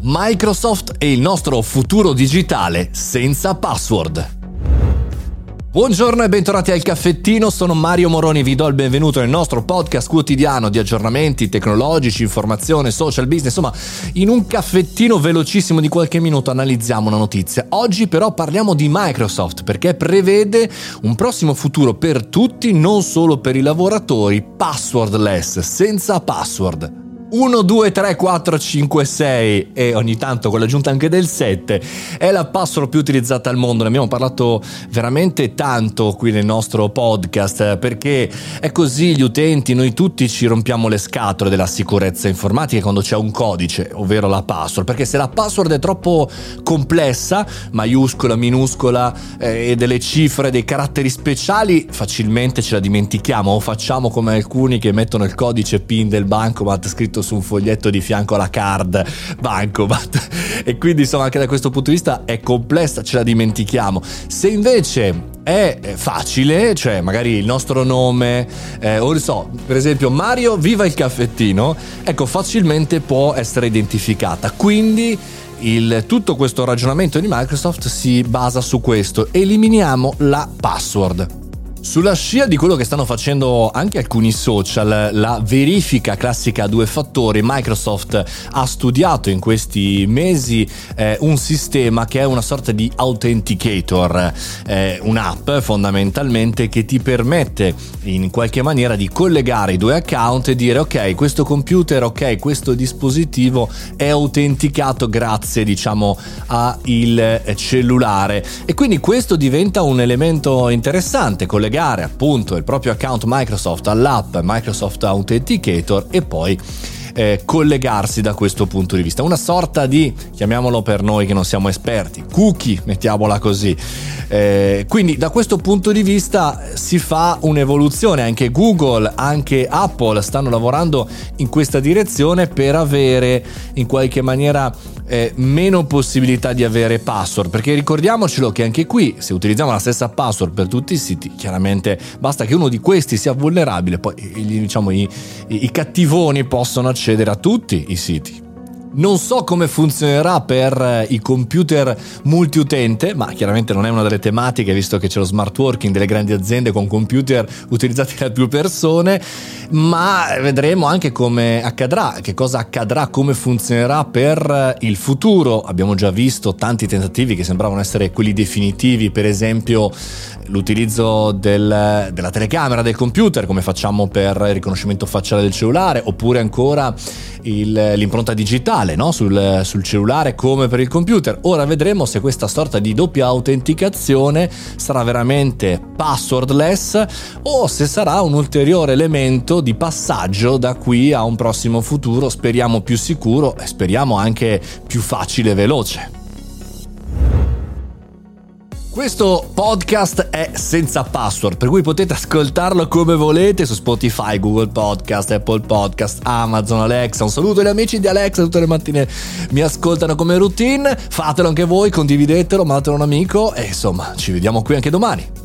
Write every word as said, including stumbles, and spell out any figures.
Microsoft e il nostro futuro digitale senza password. Buongiorno e bentornati al caffettino, sono Mario Moroni, vi do il benvenuto nel nostro podcast quotidiano di aggiornamenti tecnologici, informazione, social business, insomma in un caffettino velocissimo di qualche minuto analizziamo una notizia. Oggi però parliamo di Microsoft perché prevede un prossimo futuro per tutti, non solo per i lavoratori, passwordless, senza password. uno, due, tre, quattro, cinque, sei e ogni tanto con l'aggiunta anche del sette è la password più utilizzata al mondo. Ne abbiamo parlato veramente tanto qui nel nostro podcast perché è così, gli utenti, noi tutti ci rompiamo le scatole della sicurezza informatica quando c'è un codice, ovvero la password, perché se la password è troppo complessa, maiuscola, minuscola eh, e delle cifre, dei caratteri speciali, facilmente ce la dimentichiamo o facciamo come alcuni che mettono il codice PIN del bancomat scritto su un foglietto di fianco alla card bancomat e quindi insomma anche da questo punto di vista è complessa, ce la dimentichiamo. Se invece è facile, cioè magari il nostro nome eh, o so, per esempio Mario viva il caffettino, ecco, facilmente può essere identificata, quindi il, tutto questo ragionamento di Microsoft si basa su questo: eliminiamo la password. Sulla scia di quello che stanno facendo anche alcuni social, la verifica classica a due fattori, Microsoft ha studiato in questi mesi eh, un sistema che è una sorta di authenticator, eh, un'app fondamentalmente che ti permette in qualche maniera di collegare i due account e dire ok, questo computer, ok, questo dispositivo è autenticato grazie, diciamo, al cellulare, e quindi questo diventa un elemento interessante, collegare appunto il proprio account Microsoft all'app Microsoft Authenticator e poi eh, collegarsi da questo punto di vista, una sorta di, chiamiamolo per noi che non siamo esperti, cookie, mettiamola così. Eh, quindi da questo punto di vista si fa un'evoluzione, anche Google, anche Apple stanno lavorando in questa direzione per avere in qualche maniera Eh, meno possibilità di avere password, perché ricordiamocelo che anche qui se utilizziamo la stessa password per tutti i siti, chiaramente basta che uno di questi sia vulnerabile, poi diciamo i, i, i cattivoni possono accedere a tutti i siti. Non so come funzionerà per i computer multiutente, ma chiaramente non è una delle tematiche, visto che c'è lo smart working delle grandi aziende con computer utilizzati da più persone, ma vedremo anche come accadrà, che cosa accadrà, come funzionerà per il futuro. Abbiamo già visto tanti tentativi che sembravano essere quelli definitivi, per esempio l'utilizzo del, della telecamera del computer, come facciamo per il riconoscimento facciale del cellulare, oppure ancora il, l'impronta digitale, no? sul, sul cellulare come per il computer. Ora vedremo se questa sorta di doppia autenticazione sarà veramente passwordless o se sarà un ulteriore elemento di passaggio da qui a un prossimo futuro, speriamo più sicuro e speriamo anche più facile e veloce. Questo podcast è senza password, per cui potete ascoltarlo come volete su Spotify, Google Podcast, Apple Podcast, Amazon, Alexa. Un saluto agli amici di Alexa, tutte le mattine mi ascoltano come routine. Fatelo anche voi, condividetelo, mandatelo a un amico e insomma ci vediamo qui anche domani.